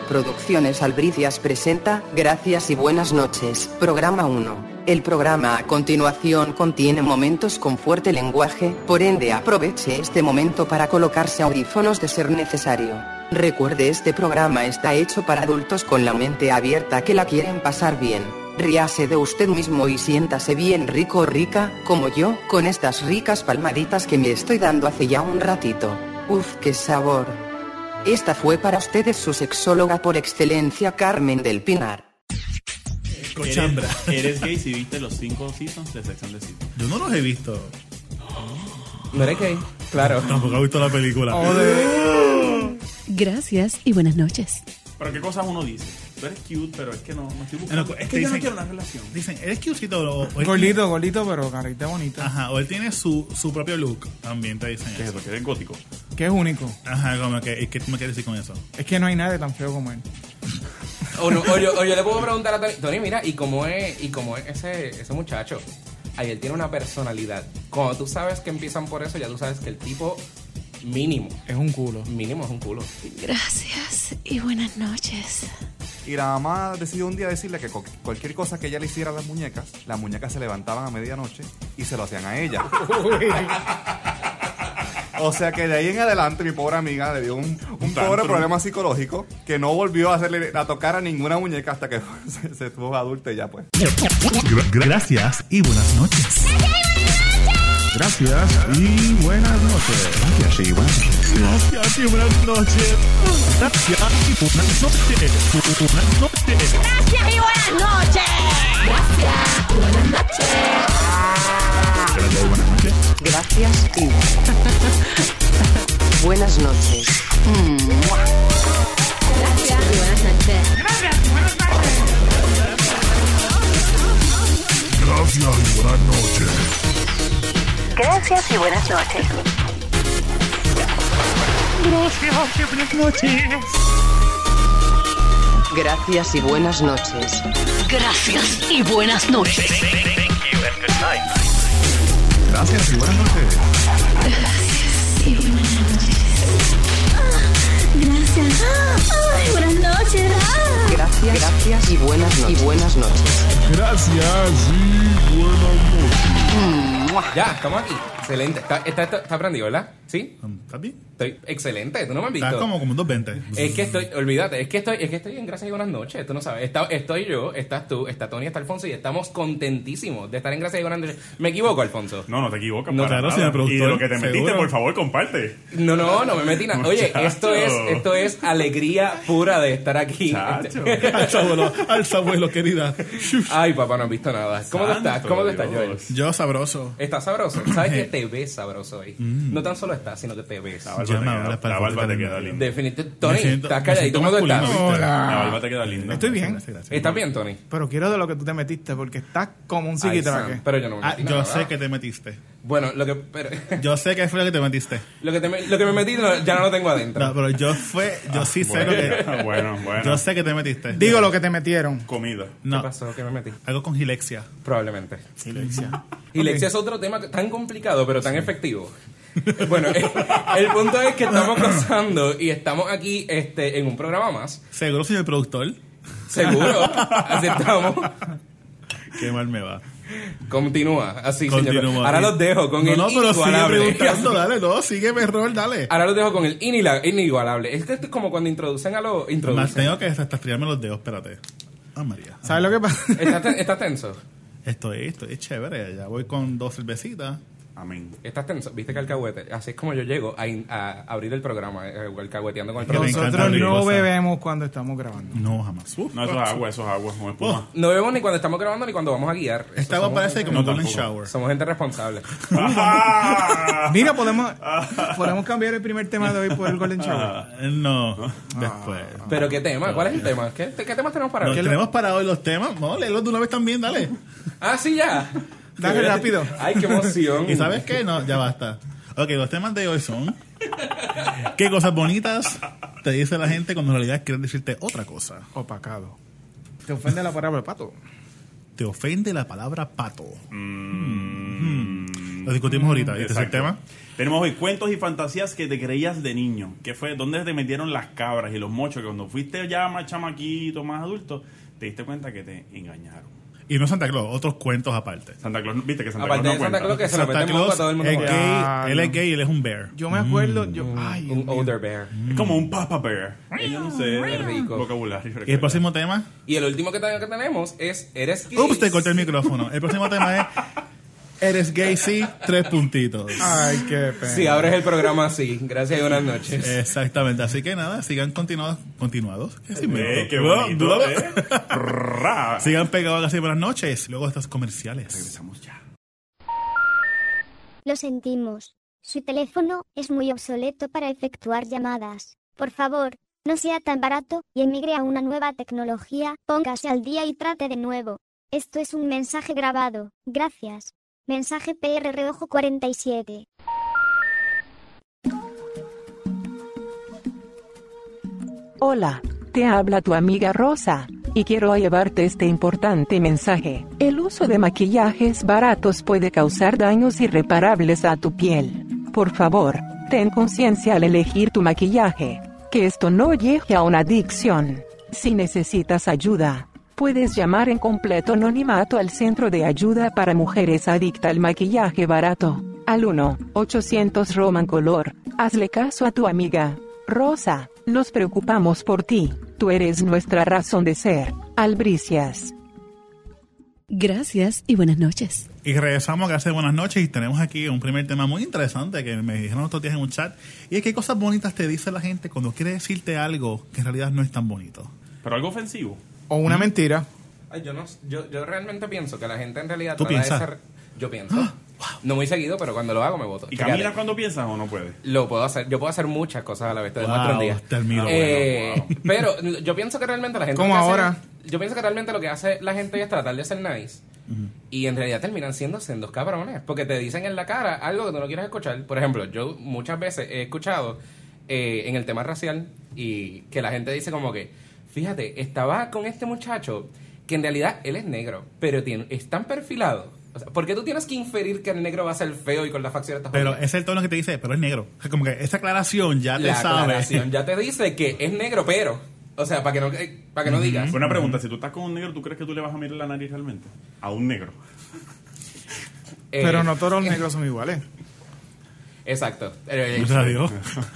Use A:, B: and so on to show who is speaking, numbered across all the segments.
A: Producciones Albricias presenta Gracias y buenas noches, programa 1. El programa a continuación contiene momentos con fuerte lenguaje, por ende aproveche este momento para colocarse audífonos de ser necesario. Recuerde, este programa está hecho para adultos con la mente abierta que la quieren pasar bien. Ríase de usted mismo y siéntase bien rico o rica, como yo, con estas ricas palmaditas que me estoy dando hace ya un ratito. Uf, qué sabor. Esta fue para ustedes su sexóloga por excelencia, Carmen del Pinar.
B: Cochambra.
C: ¿Eres gay si viste los 5 seasons de Sex and the City?
B: Yo no los he visto.
D: ¿No eres gay? Claro.
B: Tampoco he visto la película.
E: Gracias y buenas noches.
C: Pero qué cosas uno dice. Tú eres cute, pero es que no estoy buscando.
B: Es
C: que yo no
B: dicen-
C: quiero una relación.
B: Dicen, ¿eres cutecito o él
F: Gordito, pero carita bonita.
B: Ajá, o él tiene su propio look. También te dicen
C: ¿Qué es
B: eso.
C: eso? ¿Que eres gótico?
F: Que es único.
B: Ajá, como que, ¿qué tú me quieres decir con eso?
F: Es que no hay nadie tan feo como él.
D: O yo le puedo preguntar a Tony, Tony, mira, ¿y cómo es ese muchacho? Ahí él tiene una personalidad. Cuando tú sabes que empiezan por eso, ya tú sabes que el tipo mínimo
F: Es un culo.
D: es un culo.
E: Gracias y buenas noches.
G: Y la mamá decidió un día decirle que cualquier cosa que ella le hiciera a las muñecas se levantaban a medianoche y se lo hacían a ella. O sea que de ahí en adelante mi pobre amiga le dio un pobre problema psicológico que no volvió a tocar a ninguna muñeca hasta que se tuvo adulta y ya pues.
B: Gracias y buenas noches. Gracias y buenas noches. Gracias y buenas noches. Gracias y buenas noches. Gracias y buenas noches. Buenas noches.
H: Gracias y buenas noches.
B: Gracias y buenas noches.
A: Gracias y buenas noches.
H: Gracias y buenas noches.
B: Gracias y buenas noches.
A: Gracias y buenas noches.
E: Gracias y buenas noches.
B: Gracias y buenas noches.
H: Gracias. Ay, buenas noches.
A: Gracias y buenas noches.
B: Gracias y buenas noches.
D: Ya, estamos aquí. Excelente. Está prendido, ¿verdad? ¿Sí?
B: ¿Estás bien?
D: Estoy excelente. ¿Tú no me has visto?
B: Estás como un 220.
D: Es que olvídate, es que estoy en Gracias y Buenas Noches, tú no sabes. Estoy yo, estás tú, está Tony, está Alfonso y estamos contentísimos de estar en Gracias y Buenas Noches. ¿Me equivoco, Alfonso?
C: No te equivocas.
D: No,
C: para
B: claro,
C: nada.
B: señor productor,
C: Y de lo que te metiste,
B: seguro.
C: por favor, comparte.
D: No me metí nada. Oye,
C: Muchacho.
D: esto es alegría pura de estar aquí.
C: Chacho.
B: Al abuelo, querida.
D: Ay, papá, no has visto nada. ¿Cómo te estás?
C: Santo
D: ¿Cómo te estás,
C: Dios.
D: Joel?
B: Yo sabroso.
D: ¿Estás sabroso? ¿Sabes que te ves sabroso hoy? No tan solo estás, sino que te ves.
B: Ya me hablas para
C: La barba te
B: foto
C: queda
B: de-
C: linda.
D: Definitivamente. Tony, estás
B: me
D: calladito.
B: siento
D: ¿Cómo tú estás?
B: masculino, ¿viste?
C: La barba te queda linda.
F: Estoy bien.
B: Gracias.
D: ¿Estás bien, Tony?
F: Pero quiero de lo que tú te metiste porque estás como un
D: Ay,
F: psiquitraque.
D: Sam, pero yo no me metí
B: Yo
D: nada.
B: sé que te metiste.
D: Bueno,
B: Yo sé que fue lo que te metiste.
D: lo que me metí ya no lo tengo adentro.
B: No, pero yo sí sé lo que.
C: Bueno.
B: Yo sé que te metiste.
F: Digo lo que te metieron.
C: Comida.
D: ¿Qué
B: No,
D: pasó? ¿Qué me metí?
B: algo con gilexia.
D: Probablemente.
F: Silencia.
D: Y Lexia es otro tema tan complicado, pero tan efectivo. Bueno, el punto es que estamos gozando y estamos aquí en un programa más.
B: Seguro soy el productor.
D: Seguro. Así estamos.
B: Qué mal me va.
D: Continúa. Así,
B: Continúa.
D: señor. Ahora los dejo con el
B: No, pero sigue
D: inigualable.
B: preguntando, dale, no, sígueme, Rol, dale.
D: Ahora los dejo con el inigualable. Esto es como cuando introducen a los...
B: Más
D: Introducen.
B: tengo que estrellarme los dedos, espérate. Ah, María.
F: ¿Sabes lo que pasa?
D: ¿Estás tenso?
B: Estoy chévere. Ya voy con 2 cervecitas.
C: Amén.
D: ¿Estás tenso? ¿Viste que alcahuete? Así es como yo llego a abrir el programa, alcahueteando con el
B: Que me
D: programa.
B: encanta
F: Nosotros
B: abrir
F: no
B: cosas.
F: bebemos cuando estamos grabando.
B: No, jamás.
C: No, eso es agua, con espuma.
D: No bebemos ni cuando estamos grabando ni cuando vamos a guiar.
B: Esta agua
D: Somos
B: parece
D: gente-
B: como un
C: No,
B: golden
C: tampoco.
B: shower.
D: Somos gente responsable.
F: Mira, podemos cambiar el primer tema de hoy por el Golden Shower.
B: No, después.
D: ¿Pero qué tema? ¿Cuál es el tema? ¿Qué temas tenemos para
B: ¿Nos
D: hoy?
B: tenemos para hoy los temas? No, léelos de una vez también, dale.
D: Ah, sí, ya.
F: Dale rápido.
D: Ay, qué emoción.
B: ¿Y sabes qué? No, ya basta. Ok, los temas de hoy son... ¿Qué cosas bonitas te dice la gente cuando en realidad quieren decirte otra cosa?
F: Opacado. ¿Te ofende la palabra pato?
B: Te ofende la palabra pato. Lo discutimos ahorita. ¿Este es el
C: Exacto.
B: tema?
C: Tenemos hoy cuentos y fantasías que te creías de niño. ¿Qué fue? ¿Dónde te metieron las cabras y los mochos? Que cuando fuiste ya más chamaquito, más adulto, te diste cuenta que te engañaron.
B: Y no Santa Claus, otros cuentos aparte.
C: Santa Claus, viste que Santa
D: Aparte
C: Claus
D: de
C: no
D: Santa
C: cuenta.
D: Claus que se lo
B: Santa
D: mete en moco a
B: Claus
D: todo el mundo.
B: es
D: joder.
B: gay, él es gay y él es un bear.
F: Yo me acuerdo, ay, Dios
D: Un
F: mío.
D: older bear.
C: Es como un Papa Bear. Yo no sé.
D: Qué rico.
C: Vocabulario.
B: ¿Y el próximo tema?
D: Y el último que tenemos es ¿eres gay?
B: Ups, te corté el micrófono. El próximo tema es ¿eres gay? Sí, 3 puntitos.
F: Ay, qué pena.
D: Si abres el programa así. Gracias y buenas noches.
B: Exactamente. Así que nada, sigan continuados. ¿Qué se inventó?
C: Qué bonito, Ra.
B: Sigan pegados así. Buenas noches. Luego de estos comerciales.
C: Regresamos ya.
I: Lo sentimos. Su teléfono es muy obsoleto para efectuar llamadas. Por favor, no sea tan barato y emigre a una nueva tecnología. Póngase al día y trate de nuevo. Esto es un mensaje grabado. Gracias. Mensaje PRR Ojo 47.
J: Hola, te habla tu amiga Rosa, y quiero llevarte este importante mensaje. El uso de maquillajes baratos puede causar daños irreparables a tu piel. Por favor, ten conciencia al elegir tu maquillaje, que esto no llegue a una adicción. Si necesitas ayuda, puedes llamar en completo anonimato al Centro de Ayuda para Mujeres Adicta al Maquillaje Barato, al 1-800 Roman Color. Hazle caso a tu amiga Rosa, nos preocupamos por ti, tú eres nuestra razón de ser. Albricias.
E: Gracias y buenas noches.
B: Y regresamos, gracias, buenas noches. Y tenemos aquí un primer tema muy interesante que me dijeron otros días en un chat. Y es que cosas bonitas te dice la gente cuando quiere decirte algo que en realidad no es tan bonito.
C: Pero algo ofensivo.
F: O una mentira.
D: Ay, yo realmente pienso que la gente en realidad
B: ¿Tú
D: trata de
B: piensas?
D: ser... Yo pienso. No muy seguido, pero cuando lo hago me voto.
C: ¿Y
D: Fíjate,
C: caminas cuando piensas o no puedes?
D: Lo puedo hacer. Yo puedo hacer muchas cosas a la vez. Te
B: Wow,
D: demuestro un día.
B: te admiro.
C: Wow.
D: Pero yo pienso que realmente la gente...
F: Como
D: lo que hace-
F: ahora.
D: yo pienso que realmente lo que hace la gente es tratar de ser nice. Y en realidad terminan siendo sendos cabrones. Porque te dicen en la cara algo que tú no quieres escuchar. Por ejemplo, yo muchas veces he escuchado en el tema racial y que la gente dice como que, fíjate, estaba con este muchacho que en realidad él es negro, pero es tan perfilado. O sea, ¿por qué tú tienes que inferir que el negro va a ser feo y con la facción está
B: Pero es el tono que te dice, pero es negro. O sea, como que esa aclaración ya te
D: la
B: sabe.
D: aclaración ya te dice que es negro, pero... O sea, para que no digas.
C: Una pregunta, si tú estás con un negro, ¿tú crees que tú le vas a mirar la nariz realmente? A un negro.
F: Pero no todos los negros son iguales.
D: Exacto.
B: Gracias a Dios.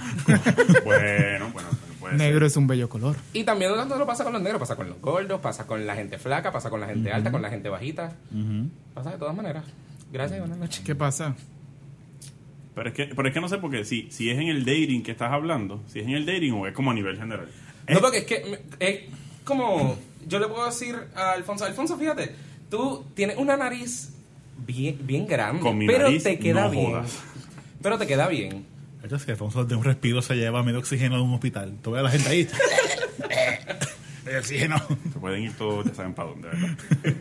C: Bueno, puede
F: Negro es un bello color.
D: Y también no solo pasa con los negros, pasa con los gordos, pasa con la gente flaca, pasa con la gente alta, con la gente bajita. Pasa de todas maneras. Gracias y buenas noches.
F: ¿Qué pasa?
C: Pero es que no sé por qué, si es en el dating que estás hablando, si es en el dating o es como a nivel general.
D: No, porque es que es como... Yo le puedo decir a Alfonso, fíjate, tú tienes una nariz bien grande,
C: Con mi
D: pero
C: nariz,
D: te queda
C: no
D: bien.
C: jodas.
D: Pero te queda bien.
B: Esto es que Alfonso de un respiro se lleva medio oxígeno de un hospital. Tú ves a la gente ahí. El oxígeno.
C: Se pueden ir todos, ya saben para dónde, ¿verdad?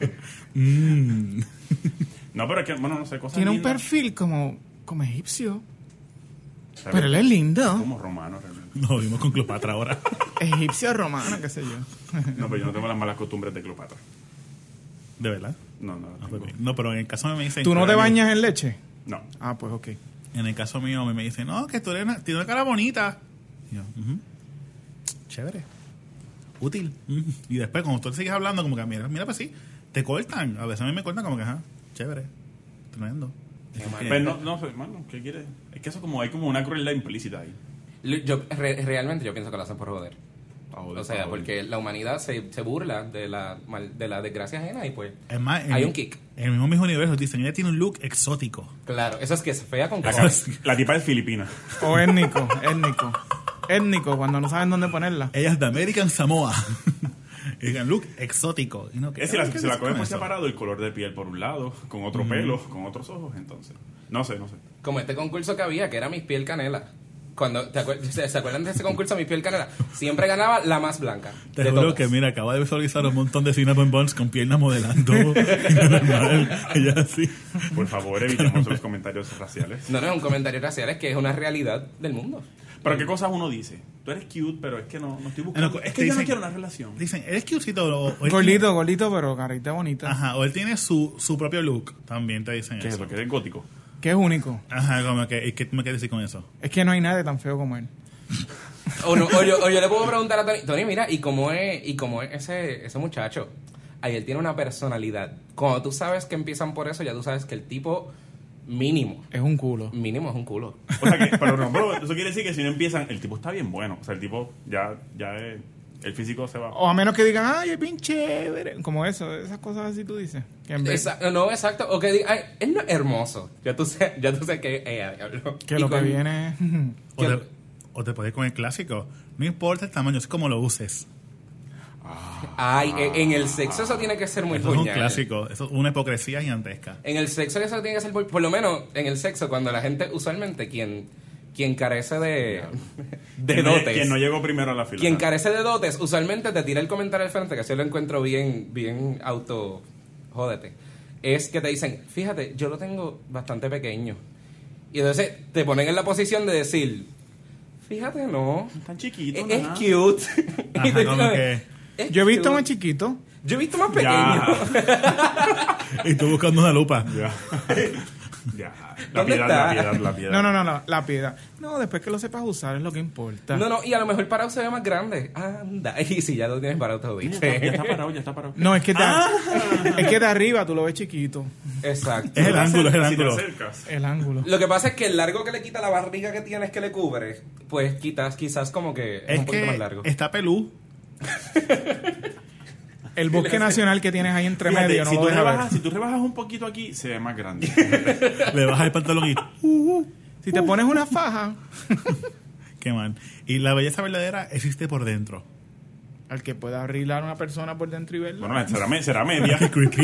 C: No, pero es que, bueno, no sé, cosas
F: Tiene un
C: lindas.
F: perfil como egipcio.
C: ¿Sabes?
F: Pero él es lindo.
C: Como romano, realmente.
B: Nos vimos con Cleopatra ahora.
F: Egipcio romano, qué sé yo.
C: No, pero yo no tengo las malas costumbres de Cleopatra.
B: ¿De verdad?
C: No.
B: No, pero en el caso me dicen...
F: ¿Tú no te bañas en leche?
C: No.
F: Ah, pues ok.
B: En el caso mío me dicen, no, que tú tienes una cara bonita. Y yo, chévere. Útil. Y después, cuando tú sigues hablando, como que, mira, pues sí, te cortan. A veces a mí me cortan como que, chévere. Tremendo.
C: Pero no sé, mano, ¿qué quieres? Es que eso como hay como una crueldad implícita ahí.
D: Realmente yo pienso que lo hacen por joder. O sea,
C: Joder.
D: porque la humanidad se burla de la desgracia ajena y pues
B: Es más,
D: hay un kick.
B: En el mismo Mis Universos dicen, ella tiene un look exótico.
D: Claro, eso es que es fea con
C: La,
D: cojones.
C: la tipa es filipina.
F: O étnico. Étnico, cuando no saben dónde ponerla.
B: Ella es de American Samoa. Y digan, look exótico. Y no,
C: Es si la,
B: ¿qué
C: si la
B: con
C: coges por
B: eso?
C: separado, el color de piel por un lado, con otro pelo, con otros ojos, entonces. No sé.
D: Como este concurso que había, que era Miss Piel Canela. Cuando ¿se acuerdan de ese concurso Miss Piel Canela? Siempre ganaba la más blanca.
B: Te
D: de
B: juro
D: todas.
B: que, mira, acaba de visualizar un montón de Cinnamon Buns con piernas modelando. Normal. Ella así.
C: Por favor, evitemos los comentarios raciales.
D: No es un comentario racial, es que es una realidad del mundo.
C: Pero qué cosas uno dice. Tú eres cute, pero es que no estoy buscando. Es que yo no quiero una relación.
B: Dicen, eres cutecito. O él
F: Gordito, pero carita bonita.
B: tiene, ajá, o él tiene su propio look. También te dicen
C: ¿Qué es
B: eso.
C: eso? ¿Que eres gótico?
F: Que es único.
B: Ajá, como que, ¿y qué me quieres decir con eso?
F: Es que no hay nadie tan feo como él.
D: O yo le puedo preguntar a Tony, mira, ¿y cómo es ese muchacho? Ahí él tiene una personalidad. Cuando tú sabes que empiezan por eso, ya tú sabes que el tipo mínimo
F: es un culo.
D: Mínimo es un culo.
C: O sea que, pero eso quiere decir que si no empiezan, el tipo está bien bueno. O sea, el tipo ya el físico se va.
F: O a menos que digan, ay, es bien chévere. Como eso, esas cosas así tú dices. Que en vez...
D: No, exacto. O que digan, ay, él no es hermoso. Ya tú sabes que diablo.
F: Que lo que viene...
B: O te puedes ir con el clásico. No importa el tamaño, es como lo uses.
D: Ay, en el sexo eso tiene que ser muy
B: puñal. Es un
D: puñal.
B: clásico, eso es una hipocresía gigantesca.
D: En el sexo eso tiene que ser, por lo menos en el sexo, cuando la gente, usualmente quien carece de dotes.
C: Quien no llegó primero a la fila.
D: Quien carece de dotes, usualmente te tira el comentario al frente, que así lo encuentro bien auto, jódete. Es que te dicen, fíjate, yo lo tengo bastante pequeño. Y entonces te ponen en la posición de decir, fíjate, no.
C: Tan chiquito,
D: es cute.
B: Ajá, como que...
F: Yo he visto más chiquito.
D: Yo he visto más pequeño.
B: Y tú buscando una lupa.
C: Ya.
D: La piedad.
F: No, la piedad. No, después que lo sepas usar es lo que importa.
D: No, y a lo mejor parado se ve más grande. Anda. Y si ya lo tienes parado, te lo dice.
C: Ya está parado.
F: No, es que de arriba tú lo ves chiquito.
D: Exacto.
B: Es el ángulo.
F: El ángulo.
D: Lo que pasa es que el largo que le quita la barriga que tienes que le cubre, pues quizás como que es un poquito más largo.
B: Está pelú.
F: El bosque nacional que tienes ahí entre medio, no lo deja ver.
C: Si tú rebajas un poquito aquí, se ve más grande.
B: Le bajas el pantalón y...
F: Si te pones una faja...
B: Qué mal. Y la belleza verdadera existe por dentro.
F: Al que pueda arreglar a una persona por dentro y verla.
C: Bueno, será media.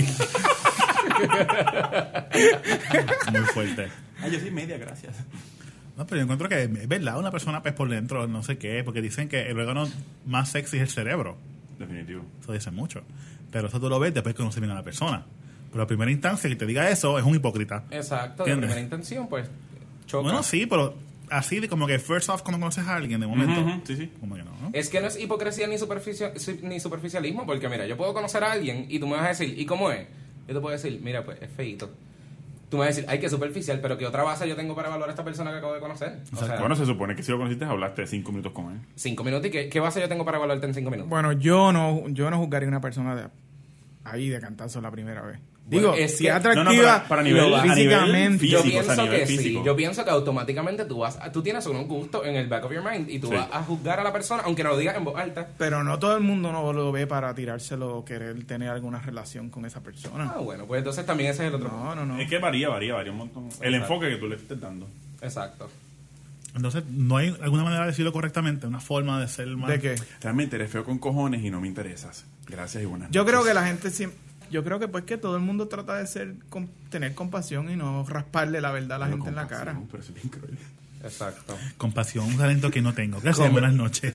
B: Muy fuerte.
C: Yo soy media, gracias.
B: No, pero yo encuentro que es verdad, una persona pues por dentro, no sé qué, porque dicen que el órgano más sexy es el cerebro.
C: Definitivo.
B: Eso dice mucho. Pero eso tú lo ves después que conoces bien a la persona. Pero a primera instancia que te diga eso es un hipócrita.
D: Exacto,
B: ¿entiendes?
D: de primera intención, pues choca.
B: Bueno, sí, pero así de como que first off cuando conoces a alguien de momento.
C: Sí.
B: Como que no.
D: Es que no es hipocresía ni superficialismo, porque mira, yo puedo conocer a alguien y tú me vas a decir, ¿y cómo es? Yo te puedo decir, mira, pues es feíto. Tú me vas a decir, ay, qué superficial, pero ¿qué otra base yo tengo para evaluar a esta persona que acabo de conocer?
C: O sea, bueno, se supone que si lo conociste hablaste 5 minutos con él.
D: 5 minutos, ¿y qué base yo tengo para evaluarte en 5 minutos?
F: Bueno, yo no juzgaría a una persona ahí de cantazo la primera vez.
D: Bueno,
F: digo, si es
D: atractiva
C: para nivel,
F: físicamente.
C: físico,
D: yo pienso que
C: físico.
D: sí. Yo pienso que automáticamente tú tienes un gusto en el back of your mind y tú vas a juzgar a la persona, aunque no lo digas en voz alta.
F: Pero no todo el mundo no lo ve para tirárselo o querer tener alguna relación con esa persona.
D: Bueno, pues entonces también ese es el otro.
F: No.
C: Es que varía un montón. El enfoque que tú le estés dando.
D: Exacto.
B: Entonces, ¿no hay alguna manera de decirlo correctamente? ¿Una forma de ser más...?
F: ¿De qué?
C: Realmente eres feo con cojones y no me interesas. Gracias y buenas
F: Yo
C: noches.
F: creo que la gente siempre... Yo creo que pues que todo el mundo trata de tener compasión y no rasparle la verdad a la gente en la cara.
C: Pero eso es bien cruel.
D: Exacto.
B: Compasión, un talento que no tengo. Gracias, buenas noches.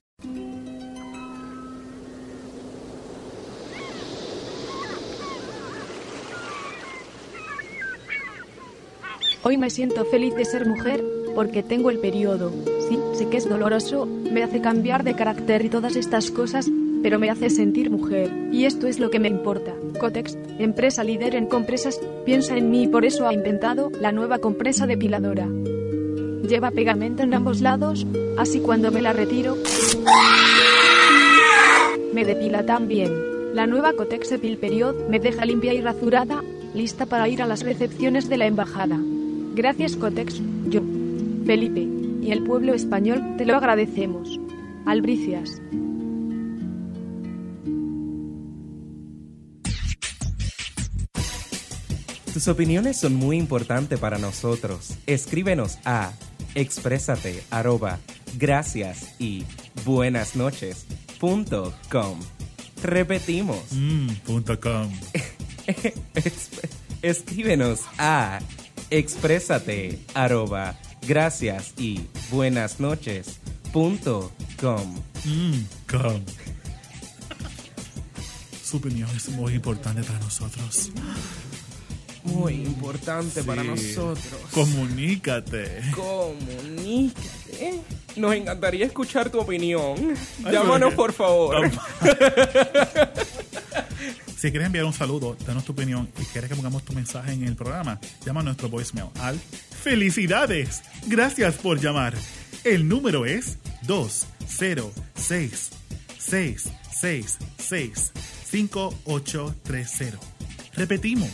K: Hoy me siento feliz de ser mujer, porque tengo el periodo. Sí, sé que es doloroso, me hace cambiar de carácter y todas estas cosas, pero me hace sentir mujer, y esto es lo que me importa. Kotex, empresa líder en compresas, piensa en mí y por eso ha inventado la nueva compresa depiladora. Lleva pegamento en ambos lados, así cuando me la retiro, me depila también. La nueva Kotex Epil Period me deja limpia y rasurada, lista para ir a las recepciones de la embajada. Gracias Kotex, yo, Felipe, y el pueblo español te lo agradecemos. Albricias.
D: Tus opiniones son muy importantes para nosotros. Escríbenos a exprésate@gracias y buenasnoches.com. Repetimos.
B: .com.
D: Escríbenos a exprésate@gracias y buenasnoches.com.
B: Com. Su opinión es muy importante para nosotros.
D: Muy importante para nosotros.
B: Comunícate.
D: Comunícate. Nos encantaría escuchar tu opinión. Llámanos, por favor.
B: Si quieres enviar un saludo, danos tu opinión y quieres que pongamos tu mensaje en el programa, llama a nuestro voicemail al ¡Felicidades! Gracias por llamar. El número es 206-666-5830. Repetimos.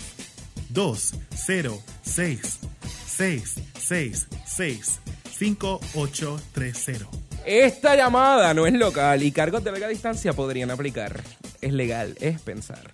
B: 206-666-5830.
D: Esta llamada no es local y cargos de larga distancia podrían aplicar. Es legal, es pensar.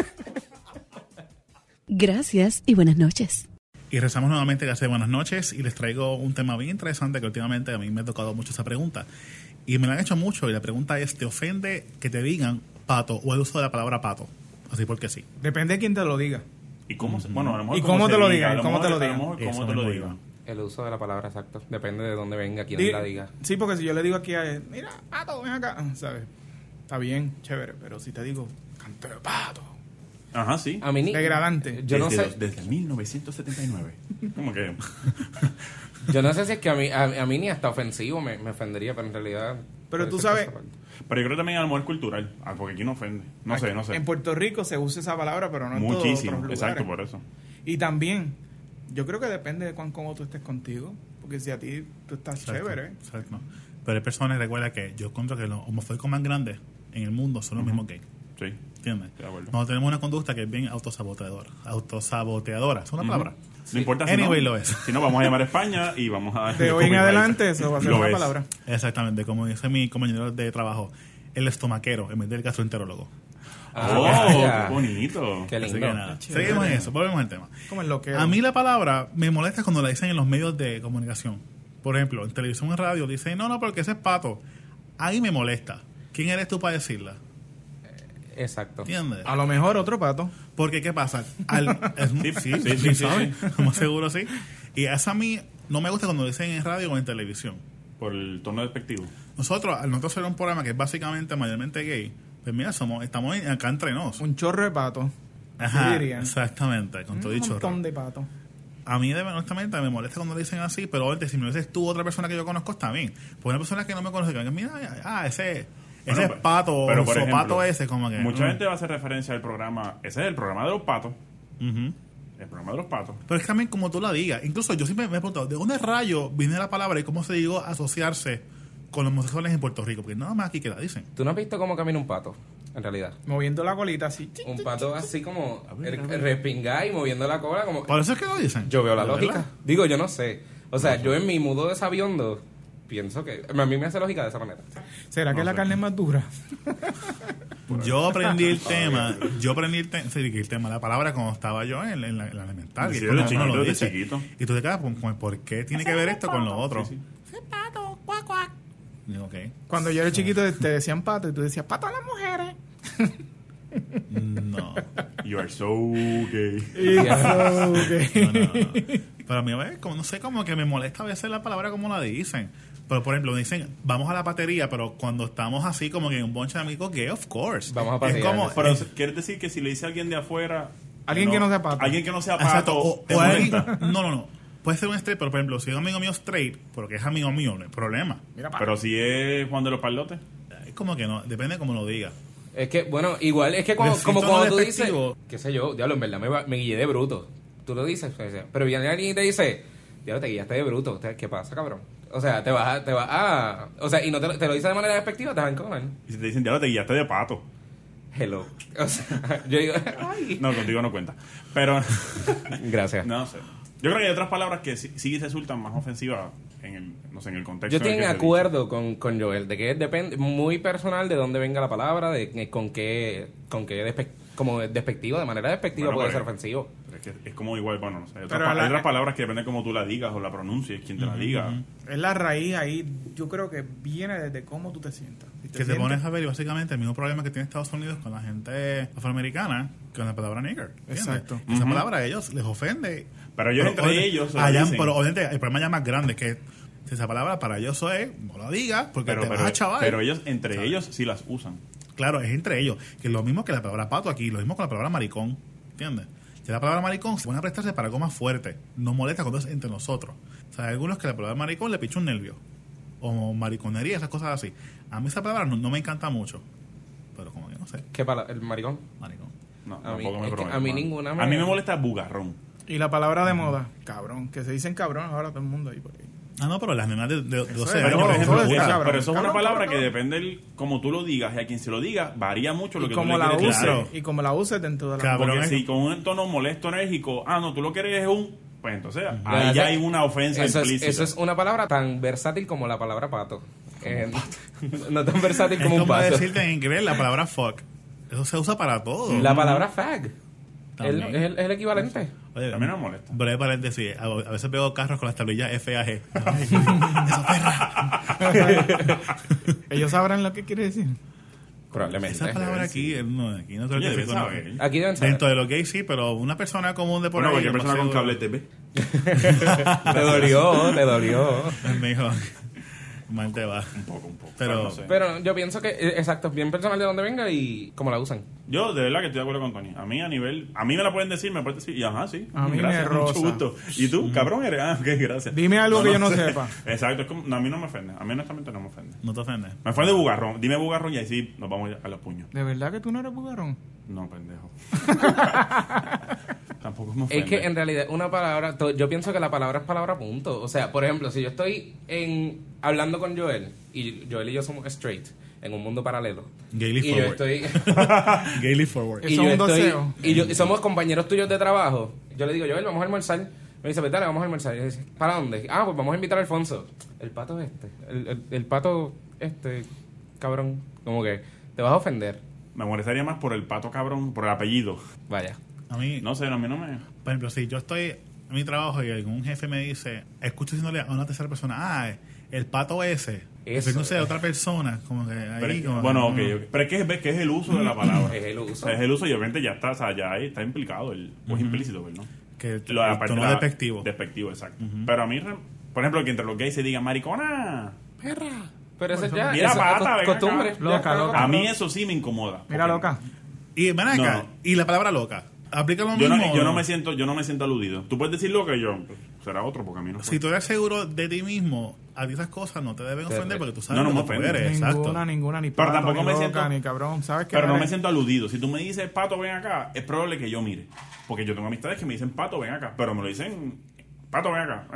E: Gracias y buenas noches.
B: Y rezamos nuevamente gracias, buenas noches, y les traigo un tema bien interesante que últimamente a mí me ha tocado mucho esa pregunta. Y me la han hecho mucho, y la pregunta es, ¿te ofende que te digan pato o el uso de la palabra pato? Así porque sí.
F: Depende de quién te lo diga.
C: ¿Y cómo se, bueno, a lo mejor
F: ¿Y cómo te lo digan?
C: a lo
F: ¿Cómo te lo
C: mejor- a
F: digan?
C: mejor cómo te lo digan.
D: El uso de la palabra, exacto. Depende de dónde venga, quién la diga.
F: Sí, porque si yo le digo aquí a él, mira, pato, ven acá, ¿sabes? Está bien, chévere, pero si te digo, canto de pato,
C: Ajá, sí.
D: A mí ni,
F: degradante.
D: yo no sé,
C: Desde 1979. ¿Cómo que?
D: yo no sé si es que a mí ni hasta ofensivo me ofendería, pero en realidad...
F: Pero
D: puede
F: tú
D: ser que
F: sabes-
D: esa parte.
C: Pero yo creo también a lo mejor cultural. Porque aquí no ofende. No sé.
F: En Puerto Rico se usa esa palabra, pero no en todos
C: Muchísimo.
F: otros lugares.
C: Exacto, por eso.
F: Y también, yo creo que depende de cuán cómodo tú estés contigo. Porque si a ti tú estás chévere.
B: Exacto. Pero hay personas, recuerda que yo encuentro que los homofóbicos más grandes en el mundo son los mismos gays.
C: Sí.
B: ¿Entiendes?
C: Estoy de acuerdo.
B: Nosotros tenemos una conducta que es bien autosaboteadora. ¿Es una palabra?
C: No importa si
B: Anyway,
C: no,
B: lo es.
C: Si no, vamos a llamar a España y vamos a...
F: De hoy en adelante eso va a ser
C: Lo
F: una
C: es.
F: palabra.
B: Exactamente, como dice mi compañero de trabajo, el estomaquero en vez del gastroenterólogo.
C: Oh,
D: vaya.
C: qué bonito.
D: Qué
B: Así
D: lindo.
B: que nada,
F: Chévere.
B: seguimos en eso, volvemos al tema.
F: Como en lo que...
B: A mí la palabra me molesta cuando la dicen en los medios de comunicación. Por ejemplo, en televisión, en radio, dicen, no, porque ese es pato. Ahí me molesta. ¿Quién eres tú para decirla?
D: Exacto.
B: ¿Entiendes?
F: A lo mejor otro pato.
B: Porque, ¿qué pasa?
C: Sí,
B: ¿sabes? Como seguro sí. Y esa a mí no me gusta cuando lo dicen en radio o en televisión.
C: Por el tono despectivo.
B: Nosotros, al nosotros hacer un programa que es básicamente mayormente gay, pues mira, estamos acá entre nos.
F: Un chorro de pato.
B: Ajá,
F: sí dirían.
B: exactamente, con todo
F: Un
B: dicho.
F: montón de patos.
B: A mí, honestamente, me molesta cuando lo dicen así, pero obviamente, si me lo dices tú, otra persona que yo conozco, está bien. Pues una persona que no me conoce, que mira, ese
C: Bueno,
B: es pato,
C: pero
B: o
C: por
B: sopato
C: ejemplo,
B: ese, como que...
C: Mucha gente va a hacer referencia al programa. Ese es el programa de los patos.
B: Ujú.
C: El programa de los patos.
B: Pero es que también como tú la digas. Incluso yo siempre me he preguntado, ¿de dónde rayo viene la palabra y cómo se llegó a asociarse con los homosexuales en Puerto Rico? Porque nada más aquí que la dicen.
D: ¿Tú no has visto cómo camina un pato? En realidad.
F: Moviendo la colita así.
D: Un pato así como respingado y moviendo la cola como...
B: Por eso es que lo dicen.
D: Yo veo la
B: ¿De
D: lógica.
B: verdad?
D: Digo, yo no sé. O sea, yo en mi mudo de sabiondo pienso que... A mí me hace lógica de esa manera.
F: ¿Será que
C: No
F: la
C: sé.
F: carne es más dura?
B: Yo aprendí el tema, la palabra cuando estaba yo en la elemental.
C: Sí,
B: que cuando
C: de
B: uno lo
C: chiquito, de
B: dice.
C: chiquito.
B: Y tú te quedas como, ¿por qué tiene que ver esto con lo otro?
C: Sí, sí.
B: Y digo, ok.
F: Cuando yo era chiquito te decían pato y tú decías, pato a las mujeres.
B: No.
C: You are so gay.
B: No, no. Pero a mí, como, no sé, como que me molesta a veces la palabra como la dicen. Pero, por ejemplo, dicen, vamos a la patería, pero cuando estamos así como que en un bonche de amigos gay, of course.
D: Vamos a
B: Es
D: patear,
B: como...
C: Pero quiere decir que si le dice a alguien de afuera...
F: Alguien que no sea pato.
C: Alguien que no sea
B: Exacto,
C: pato. ¿te
B: o alguien-
C: molesta?
B: no. Puede ser un straight, pero por ejemplo, si es un amigo mío straight, porque es amigo mío, no hay problema.
F: Mira, pato.
C: Pero si es Juan de los Palotes.
B: Es como que no, depende de cómo lo diga.
D: Es que, bueno, igual, es que
B: Decir
D: como
B: tono
D: cuando tú dices...
B: despectivo.
D: Qué sé yo, diablo, en verdad me guillé de bruto. Tú lo dices, pero viene alguien y te dice, diablo, te guillaste de bruto. ¿Qué pasa, cabrón? O sea, te vas a... O sea, y no te lo dice de manera despectiva, te vas a enconar.
C: Y si te dicen, ya te guiaste de pato.
D: Hello. O sea, yo digo, ay.
C: No, contigo no cuenta. Pero,
D: Gracias.
C: no sé. Yo creo que hay otras palabras que sí resultan más ofensivas en el, no sé, en el contexto.
D: Yo
C: en el
D: estoy en
C: que se
D: acuerdo con Joel de que depende muy personal de dónde venga la palabra, de con qué como despectivo, de manera despectiva
C: Bueno,
D: puede
C: pero-
D: ser ofensivo.
C: dice. Es que es como igual, bueno, no sé.
F: Pero
C: Hay otras palabras que depende de cómo tú la digas o la pronuncies, quién te la diga.
F: Es la raíz ahí, yo creo que viene desde cómo tú te sientas. Si
B: Que te
F: sientes-
B: pones a ver y básicamente el mismo problema que tiene Estados Unidos con la gente afroamericana con la palabra nigger. ¿entiendes?
F: Exacto.
B: Esa
C: Ujú.
B: palabra a ellos les ofende.
C: Pero ellos entre
B: obviamente,
C: ellos se la dicen.
B: pero obviamente el problema ya más grande es que si esa palabra para ellos es, no la digas porque te vas a chaval.
C: Pero ellos, entre
B: ¿sabes?
C: ellos, sí las usan.
B: Claro, es entre ellos. Que es lo mismo que la palabra pato aquí, lo mismo con la palabra maricón. ¿Entiendes? Que la palabra maricón se van a prestarse para algo más fuerte. No molesta cuando es entre nosotros. O sea, hay algunos que la palabra maricón le picha un nervio. O mariconería, esas cosas así. A mí esa palabra no me encanta mucho. Pero como que no sé.
D: ¿Qué palabra? ¿El maricón?
B: Maricón.
C: No,
D: A mí-
C: tampoco me
D: es que
C: prometo.
D: a mí
C: mano.
D: ninguna
C: A mí me molesta bugarrón.
F: Y la palabra de moda, cabrón, que se dicen cabrón ahora todo el mundo ahí por ahí.
B: Ah, no, pero las nenas de 12
F: Eso es,
B: años,
F: no,
B: por ejemplo,
F: eso es,
B: usan.
F: cabrón.
C: Pero eso es una
F: Cabrón,
C: palabra
F: cabrón.
C: que depende como tú lo digas y a quien se lo diga, varía mucho lo
F: Y
C: que
F: como
C: tú le
F: la
C: quieres
F: uses,
C: decir.
F: y como la uses dentro de la
B: Cabrón.
C: Porque
B: es-
C: si con un tono molesto, enérgico, no, tú lo quieres es un... Pues entonces,
D: Ya,
C: ahí ya
D: eso-
C: hay una ofensa
D: eso
C: implícita.
D: es una palabra tan versátil como la palabra pato. No tan versátil
B: Es
D: como un
B: como
D: pato.
B: decirte en inglés la palabra fuck. Eso se usa para todo.
D: La palabra fag.
B: También.
D: Es el equivalente.
B: Oye,
C: También me molesta.
B: breve paréntesis. A veces veo carros con las tablillas FAG. Ay, eso perra.
F: Ellos sabrán lo que quiere decir.
D: Probablemente.
B: Esa palabra aquí no creo
C: Oye,
B: que se
C: deben
B: conozca.
C: saber.
D: Aquí deben saber.
B: Dentro de los gays sí, pero una persona común de por
C: Bueno,
B: ahí.
C: cualquier persona con cable TV.
D: Te dolió.
B: Me dijo, mal te va.
C: Un poco.
B: Pero-
C: no sé.
D: Pero yo pienso que, exacto, bien personal de donde venga y cómo la usan.
C: Yo de verdad que estoy de acuerdo con Tony. A mí me la pueden decir, me pueden decir, y ajá, sí.
F: A mí
C: gracias,
F: me rosa.
C: mucho gusto. ¿Y tú, cabrón eres? Ah, ok, gracias.
F: Dime algo que yo no sepa.
C: Exacto, es como, no, a mí no me ofende. A mí honestamente no me ofende.
B: No te ofendes.
C: Me ofende bugarrón. Dime bugarrón y ahí sí nos vamos a los puños.
F: ¿De verdad que tú no eres bugarrón?
C: No, pendejo. Tampoco me ofende.
D: Es que en realidad una palabra, yo pienso que la palabra es palabra punto. O sea, por ejemplo, si yo estoy hablando con Joel y Joel y yo somos straight en un mundo paralelo.
B: Gaily
D: Y yo
B: forward.
D: estoy
B: Gaily forward.
F: Eso es un doceo.
D: y somos compañeros tuyos de trabajo. Yo le digo, Joel, vamos a almorzar. Me dice, pues dale, vamos a almorzar. Y yo dice, ¿para dónde? Ah, pues vamos a invitar a Alfonso. El pato el pato cabrón, como que te vas a ofender.
C: Me molestaría más por el pato cabrón, por el apellido.
D: Vaya.
B: A mí,
C: No sé, a mí no me...
B: por ejemplo, si yo estoy en mi trabajo y algún jefe me dice, escucho diciéndole a una tercera persona, el pato ese,
D: Eso,
B: no sé, otra persona, como que ahí,
C: Pero es que-
B: como
C: bueno,
B: que,
C: ok. Pero es que es el uso de la palabra.
D: Es el uso.
C: O sea, es el uso y obviamente ya está, o sea, ya ahí está implicado, o es implícito, ¿no?
B: que el
C: Aparte
B: tono
C: la-
B: despectivo.
C: Despectivo, exacto. Pero a mí, por ejemplo, que entre los gays se diga maricona, perra.
D: Pero eso ya
C: Mira,
D: eso es
C: pata, ven
D: costumbre.
C: acá.
D: Ya
F: Loca,
D: está
F: loca.
C: A mí eso sí me incomoda.
F: Mira,
C: porque
F: loca.
B: Y ven acá,
C: No.
B: y la palabra loca, aplica lo
C: Yo
B: mismo.
C: no me siento aludido. Tú puedes decir loca y yo, pues, será otro porque a mí no fue.
B: Si tú eres seguro de ti mismo, a ti esas cosas no te deben ofender porque tú sabes
C: No, no
B: lo
C: me
B: que tú
C: ofende.
B: eres, exacto.
F: Ninguna, ni
C: Pero
F: pato,
C: tampoco
F: ni
C: me
F: loca,
C: siento-
F: ni cabrón. ¿Sabes qué?
C: Pero no me siento aludido. Si tú me dices, Pato, ven acá, es probable que yo mire. Porque yo tengo amistades que me dicen, Pato, ven acá. Pero me lo dicen, Pato, ven acá.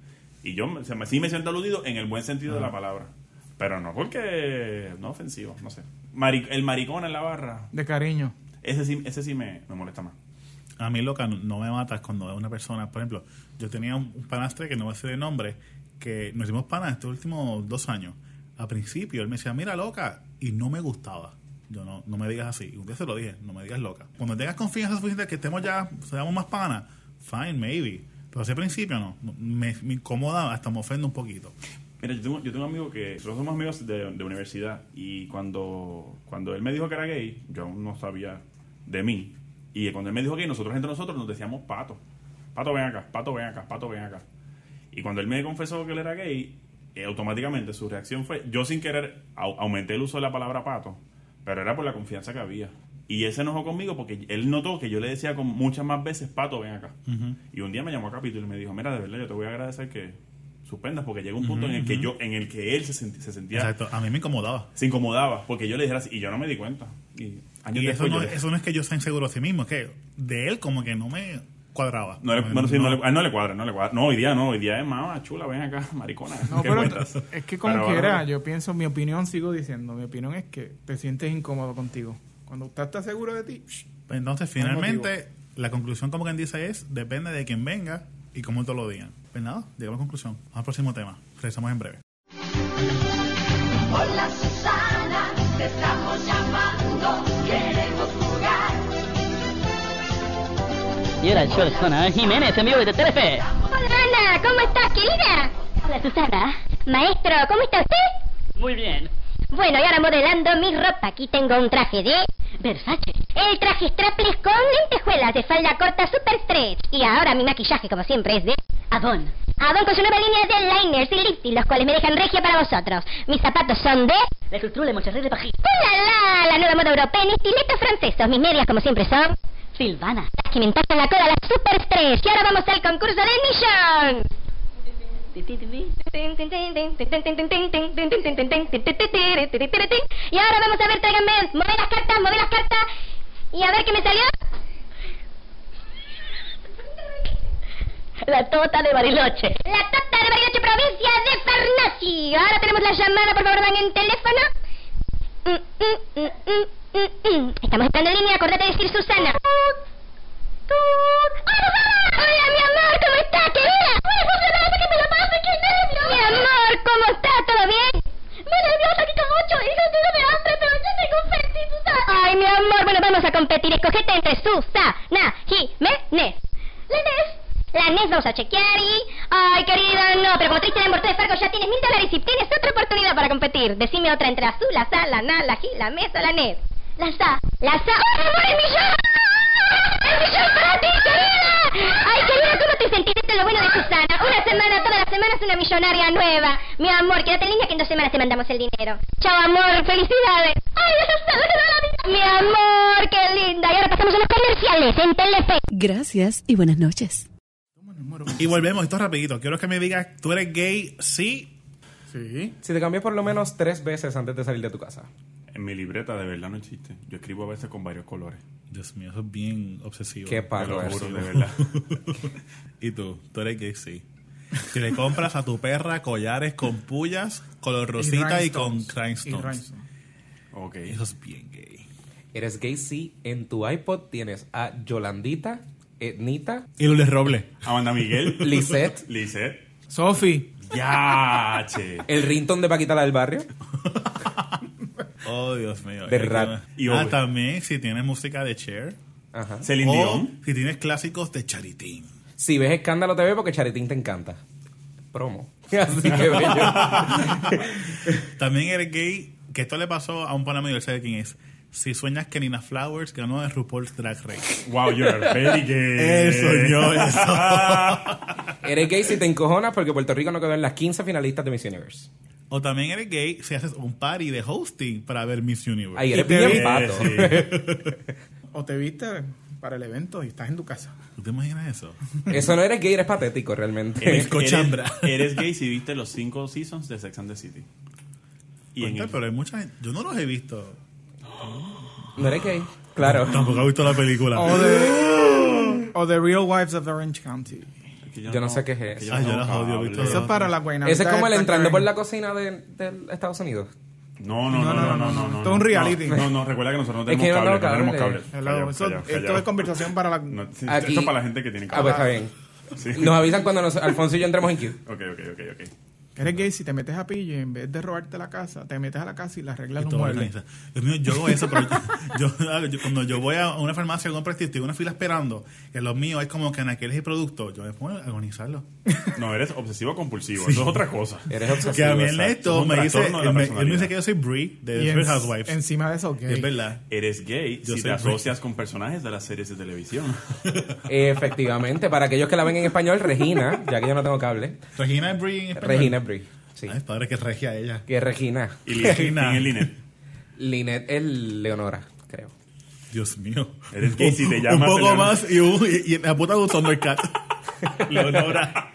C: Y yo sí me siento aludido en el buen sentido de la palabra. Pero no porque... No ofensivo, no sé. El maricón en la barra,
F: De cariño.
C: ese sí me molesta más.
B: A mí loca no me matas cuando es una persona, por ejemplo, yo tenía un panastre que no voy a decir el nombre, que nos hicimos panas estos últimos 2 años. Al principio él me decía, mira loca, y no me gustaba. Yo no me digas así. Y un día se lo dije, no me digas loca. Cuando tengas confianza suficiente que estemos ya, seamos más panas, fine, maybe. Pero ese principio no, me incomoda, hasta me ofende un poquito.
C: Mira, yo tengo un amigo que... Nosotros somos amigos de universidad. Y cuando él me dijo que era gay, yo aún no sabía de mí. Y cuando él me dijo gay, nosotros entre nosotros nos decíamos Pato. Pato, ven acá, Pato, ven acá, Pato, ven acá. Y cuando él me confesó que él era gay, automáticamente su reacción fue... Yo sin querer aumenté el uso de la palabra pato, pero era por la confianza que había. Y él se enojó conmigo porque él notó que yo le decía con muchas más veces, Pato, ven acá. Y un día me llamó a capítulo y me dijo, mira, de verdad, yo te voy a agradecer que suspendas porque llega un punto en el que él se sentía...
B: Exacto, a mí me incomodaba.
C: Se incomodaba porque yo le dijera así y yo no me di cuenta. Y años
B: Y eso
C: después
B: no,
C: yo le-
B: eso no es que yo sea inseguro de sí mismo, es que de él como que no me cuadraba.
C: No, bueno, sí, a él no le cuadra. No, hoy día es más chula, ven acá, maricona.
F: No,
C: ¿qué
F: pero
C: cuentas?
F: es que como
C: Pero,
F: quiera,
C: bueno,
F: yo pienso, mi opinión, sigo diciendo, mi opinión es que te sientes incómodo contigo. Cuando usted está seguro de ti,
B: Entonces, finalmente, la conclusión, como quien dice, es depende de quién venga y cómo te lo digan. Pues nada, llegamos a la conclusión. Vamos al próximo tema. Regresamos en breve.
H: Hola Susana, te estamos llamando, queremos jugar.
L: Y era el show de Susana Jiménez, en vivo desde Telefe.
I: Hola Ana, ¿cómo estás, querida? Hola Susana. Maestro, ¿cómo está usted?
L: Muy bien.
I: Bueno, y ahora modelando mi ropa. Aquí tengo un traje de
L: Versace.
I: El traje strapless con lentejuelas de falda corta super stretch. Y ahora mi maquillaje, como siempre, es de
L: Avon.
I: Avon con su nueva línea de liners y lifting, los cuales me dejan regia para vosotros. Mis zapatos son de
L: Le Culture, Montserrat de París.
I: ¡Ulala! La nueva moda europea en estiletos francesos. Mis medias, como siempre, son
L: Silvana.
I: las que me empacan la cola, las super stretch. Y ahora vamos al concurso del millón. Y ahora vamos a ver, tráiganme, mueve las cartas. Y a ver qué me salió.
M: La Tota de Bariloche.
I: La Tota de Bariloche, provincia de Farnaci. Ahora tenemos la llamada, por favor, dan en teléfono. Estamos esperando en línea, acordate de decir Susana. Hola, mi amor, ¿cómo estás, querida? Muy emocionada, que me lo pase, qué nervios. Mi amor, ¿cómo estás? ¿Todo bien?
M: Me nerviosa aquí con 8 hijos, estoy de hambre, pero yo tengo competir, Susana.
I: Ay, mi amor, bueno, vamos a competir. Escogete entre Susana, Jiménez. La NES vamos a chequear y... Ay, querida, no, pero como te diste en el de Fargo ya tienes $1000 y tienes otra oportunidad para competir. Decime otra entre la SU, la SA, la NA, la G, la MES o la NES.
M: La SA.
I: La SA. ¡Oh, mi amor, el millón! ¡El millón para ti, querida! Ay, querida, ¿cómo te sentiste? Esto es lo bueno de Susana. Una semana, todas las semanas una millonaria nueva. Mi amor, quédate en línea que en 2 semanas te mandamos el dinero. Chao, amor, felicidades.
M: Ay, esa es la que da la vida.
I: Mi amor, qué linda. Y ahora pasamos a los comerciales en Telefe.
E: Gracias y buenas noches.
B: Y volvemos, esto rapidito. Quiero que me digas, ¿tú eres gay? Sí.
F: Sí.
D: Si te cambias por lo menos 3 veces antes de salir de tu casa.
C: En mi libreta de verdad no existe. Yo escribo a veces con varios colores.
B: Dios mío, eso es bien obsesivo.
D: Qué
C: Te
D: padre.
C: lo juro, de verdad.
B: ¿Y tú? ¿Tú eres gay? Sí. Si le compras a tu perra collares con pullas, color rosita y con rhinestones.
C: Ok.
B: Eso es bien gay.
D: Eres gay, sí. En tu iPod tienes a Yolandita, Etnita,
B: Y Lourdes Robles.
C: Amanda Miguel.
D: Lisette,
F: Sophie.
C: Ya, che.
D: el ringtone de Paquita la del barrio.
B: Oh, Dios mío.
D: De rap.
C: Y
B: también si tienes música de Cher.
D: Ajá.
C: Celine
B: O
C: Dion.
B: si tienes clásicos de Charitín.
D: Si ves Escándalo TV porque Charitín te encanta. Promo. Así que bello.
B: También eres gay, que esto le pasó a un pana mío, ¿sabe quién es? Si sueñas que Nina Flowers ganó en RuPaul's Drag Race.
C: Wow, you're very gay.
B: Eso, yo, eso.
D: Eres gay si te encojonas porque Puerto Rico no quedó en las 15 finalistas de Miss Universe.
B: O también eres gay si haces un party de hosting para ver Miss Universe.
D: Ahí eres
F: Y te
D: bien
F: vi-
D: pato.
F: O te viste para el evento y estás en tu casa.
B: ¿Tú te imaginas eso?
D: Eso no eres gay, eres patético realmente.
B: Eres cochambra.
C: Eres gay si viste los 5 seasons de Sex and the City. Y en
B: Cuenta,
C: el-
B: pero hay mucha gente. Yo no los he visto.
D: No eres gay. Claro.
B: Tampoco he visto la película.
F: O The Real Wives of Orange County.
D: Yo no sé qué es eso.
B: Ay, yo las odio, Víctor.
F: Eso es para la buena.
D: Ese es como el entrando por la cocina de Estados Unidos.
C: No.
F: Todo un reality.
C: No, recuerda que nosotros no
D: Es que
C: tenemos
D: yo no
C: cable.
D: tengo
C: No tenemos
D: cable.
C: cable.
F: Hello,
C: Callao,
F: eso-
C: callao,
F: esto
C: callao.
F: es conversación para la...
C: No, sí,
D: Aquí-
C: esto es para la gente que tiene
D: Ah, pues
C: cable.
D: está bien.
C: Sí.
D: Nos avisan cuando Alfonso y yo entremos en Q.
C: Ok.
F: Eres gay si te metes a pillo y en vez de robarte la casa, te metes a la casa y le arreglas
B: Y
F: los
B: todo
F: muebles.
B: organiza. Dios mío, yo hago eso, pero cuando yo voy a una farmacia con un prestigio, estoy en una fila esperando, que los míos es como que anaqueles y productos, yo me pongo a organizarlo.
C: No, eres obsesivo compulsivo. Eso es otra cosa.
D: Eres obsesivo.
B: Que a mí
D: exacto.
B: Ernesto
C: Es un
B: me dice,
C: trastorno de la
B: él me
C: personalidad.
B: dice que yo soy Brie de
F: Y
B: Desperate Housewives.
F: encima de eso,
B: Y es
F: gay.
B: verdad.
C: Eres gay
B: Yo
C: si
B: soy
C: te asocias con personajes de las series de televisión.
D: Efectivamente. Para aquellos que la ven en español, Regina, ya que yo no tengo cable.
B: Regina es Brie en español.
D: Regina es Brie. Sí.
B: Ay, padre, que regia ella.
D: Que es Regina.
C: Y
B: Regina.
C: ¿quién es Linet?
D: Linet es Leonora, creo.
B: Dios mío.
C: Eres gay si te
B: Un
C: llamas
B: poco
C: Leonora.
B: más y la puta de un Thundercat. Leonora.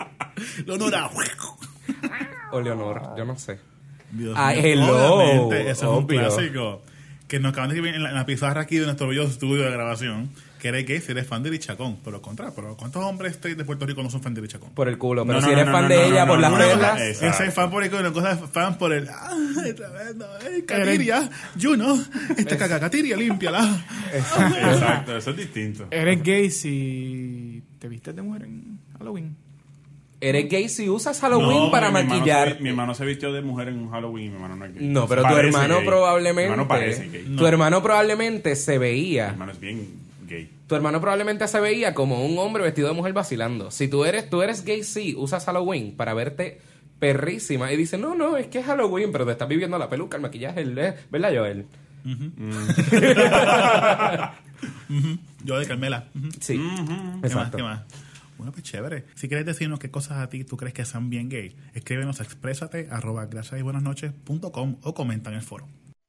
D: O Leonor, yo no sé.
B: Dios
D: Ah,
B: mío.
D: hello.
B: Obviamente, ese es un
D: Obvio.
B: clásico. Que nos acaban de escribir en la pizarra aquí de nuestro bello estudio de grabación. Que eres gay si eres fan de Lichacón. Pero ¿cuántos hombres de Puerto Rico no son fan de Lichacón?
D: Por el culo. Pero
C: No,
D: si
C: no,
D: eres
C: no,
D: fan
C: no,
D: de
C: no,
D: ella
C: no,
D: por
C: no,
D: las
C: no,
D: reglas.
C: no,
B: Yo soy fan por el una cosa fan por el ay, tremendo, ay, Katiria, Juno, esta caga Katiria, límpiala.
C: Exacto, eso es distinto.
F: Eres gay si te vistes de mujer en Halloween.
D: Eres gay si usas Halloween
C: No,
D: para
C: mi hermano
D: maquillar.
C: mi hermano se vistió de mujer en un Halloween y mi hermano no es gay.
D: No, pero tu
C: Parece
D: hermano
C: gay.
D: probablemente.
C: Mi hermano parece gay.
D: Tu hermano probablemente se
C: Mi
D: veía.
C: hermano es bien gay.
D: Tu hermano probablemente se veía como un hombre vestido de mujer vacilando. Si tú eres gay, sí, usas Halloween para verte perrísima. Y dices, no, es que es Halloween, pero te estás viviendo la peluca, el maquillaje, ¿verdad, Joel?
B: Yo de Carmela.
D: Sí.
B: ¿Qué
D: Exacto.
B: más? Bueno, pues chévere. Si quieres decirnos qué cosas a ti tú crees que sean bien gay, escríbenos a exprésate @graciasybuenasnoches.com o comenta en el foro.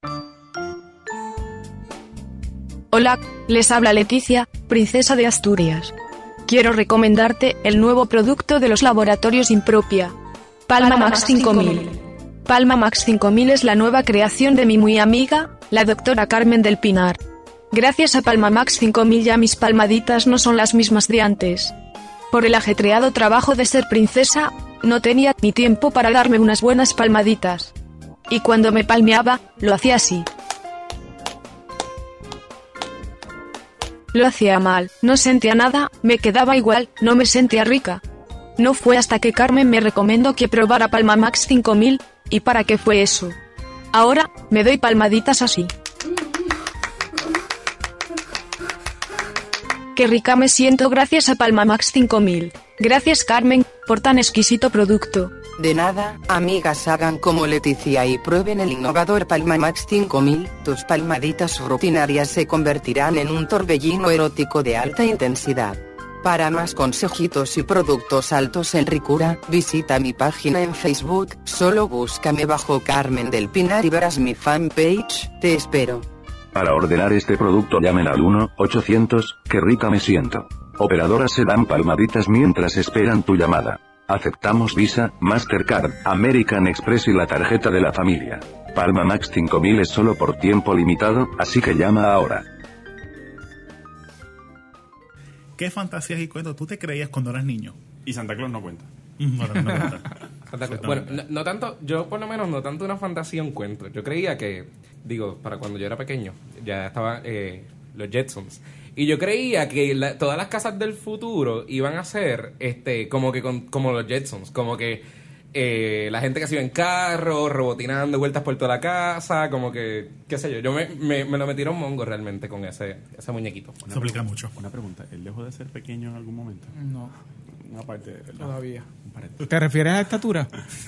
K: Hola, les habla Leticia, princesa de Asturias. Quiero recomendarte el nuevo producto de los laboratorios Impropia. Palma Max 5000. Palma Max 5000 es la nueva creación de mi muy amiga, la doctora Carmen del Pinar. Gracias a Palma Max 5000 ya mis palmaditas no son las mismas de antes. Por el ajetreado trabajo de ser princesa, no tenía ni tiempo para darme unas buenas palmaditas. Y cuando me palmeaba, lo hacía así. Lo hacía mal, no sentía nada, me quedaba igual, no me sentía rica. No fue hasta que Carmen me recomendó que probara Palmamax 5000, ¿y para qué fue eso? Ahora, me doy palmaditas así. Qué rica me siento gracias a Palmamax 5000. Gracias Carmen, por tan exquisito producto.
A: De nada, amigas, hagan como Leticia y prueben el innovador Palmamax 5000, tus palmaditas rutinarias se convertirán en un torbellino erótico de alta intensidad. Para más consejitos y productos altos en ricura, visita mi página en Facebook, solo búscame bajo Carmen del Pinar y verás mi fanpage, te espero.
N: Para ordenar este producto llamen al 1-800, qué rica me siento. Operadoras se dan palmaditas mientras esperan tu llamada. Aceptamos Visa, Mastercard, American Express y la tarjeta de la familia. Palmamax 5000 es solo por tiempo limitado, así que llama ahora.
B: ¿Qué fantasías y cuentos tú te creías cuando eras niño?
C: Y Santa Claus no cuenta.
B: No cuenta.
D: Bueno, no tanto, yo por lo menos no tanto una fantasía, un cuento. Yo creía que, para cuando yo era pequeño, ya estaban los Jetsons. Y yo creía que todas las casas del futuro iban a ser como los Jetsons, como que la gente que se iba en carro, robotinando vueltas por toda la casa, como que, qué sé yo me lo metieron mongo realmente con ese muñequito.
B: Se aplica mucho.
C: Una pregunta, ¿él dejó de ser pequeño en algún momento?
F: No.
C: Una parte de verdad.
F: Todavía. ¿Te refieres a estatura?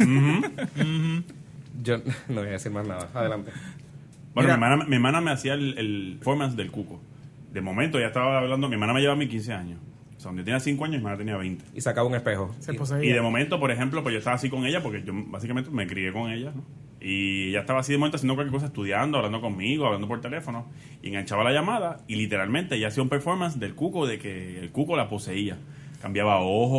D: Yo no voy a decir más nada. Adelante.
C: Bueno, mi hermana me hacía el performance del cuco. De momento ya estaba hablando, mi hermana me llevaba a mis 15 años. O sea, cuando yo tenía 5 años, mi hermana tenía 20.
D: Y sacaba un espejo.
C: Y de momento, por ejemplo, pues yo estaba así con ella, porque yo básicamente me crié con ella, ¿no? Y ella estaba así de momento haciendo cualquier cosa, estudiando, hablando conmigo, hablando por teléfono. Y enganchaba la llamada y literalmente ella hacía un performance del cuco, de que el cuco la poseía. Cambiaba ojos,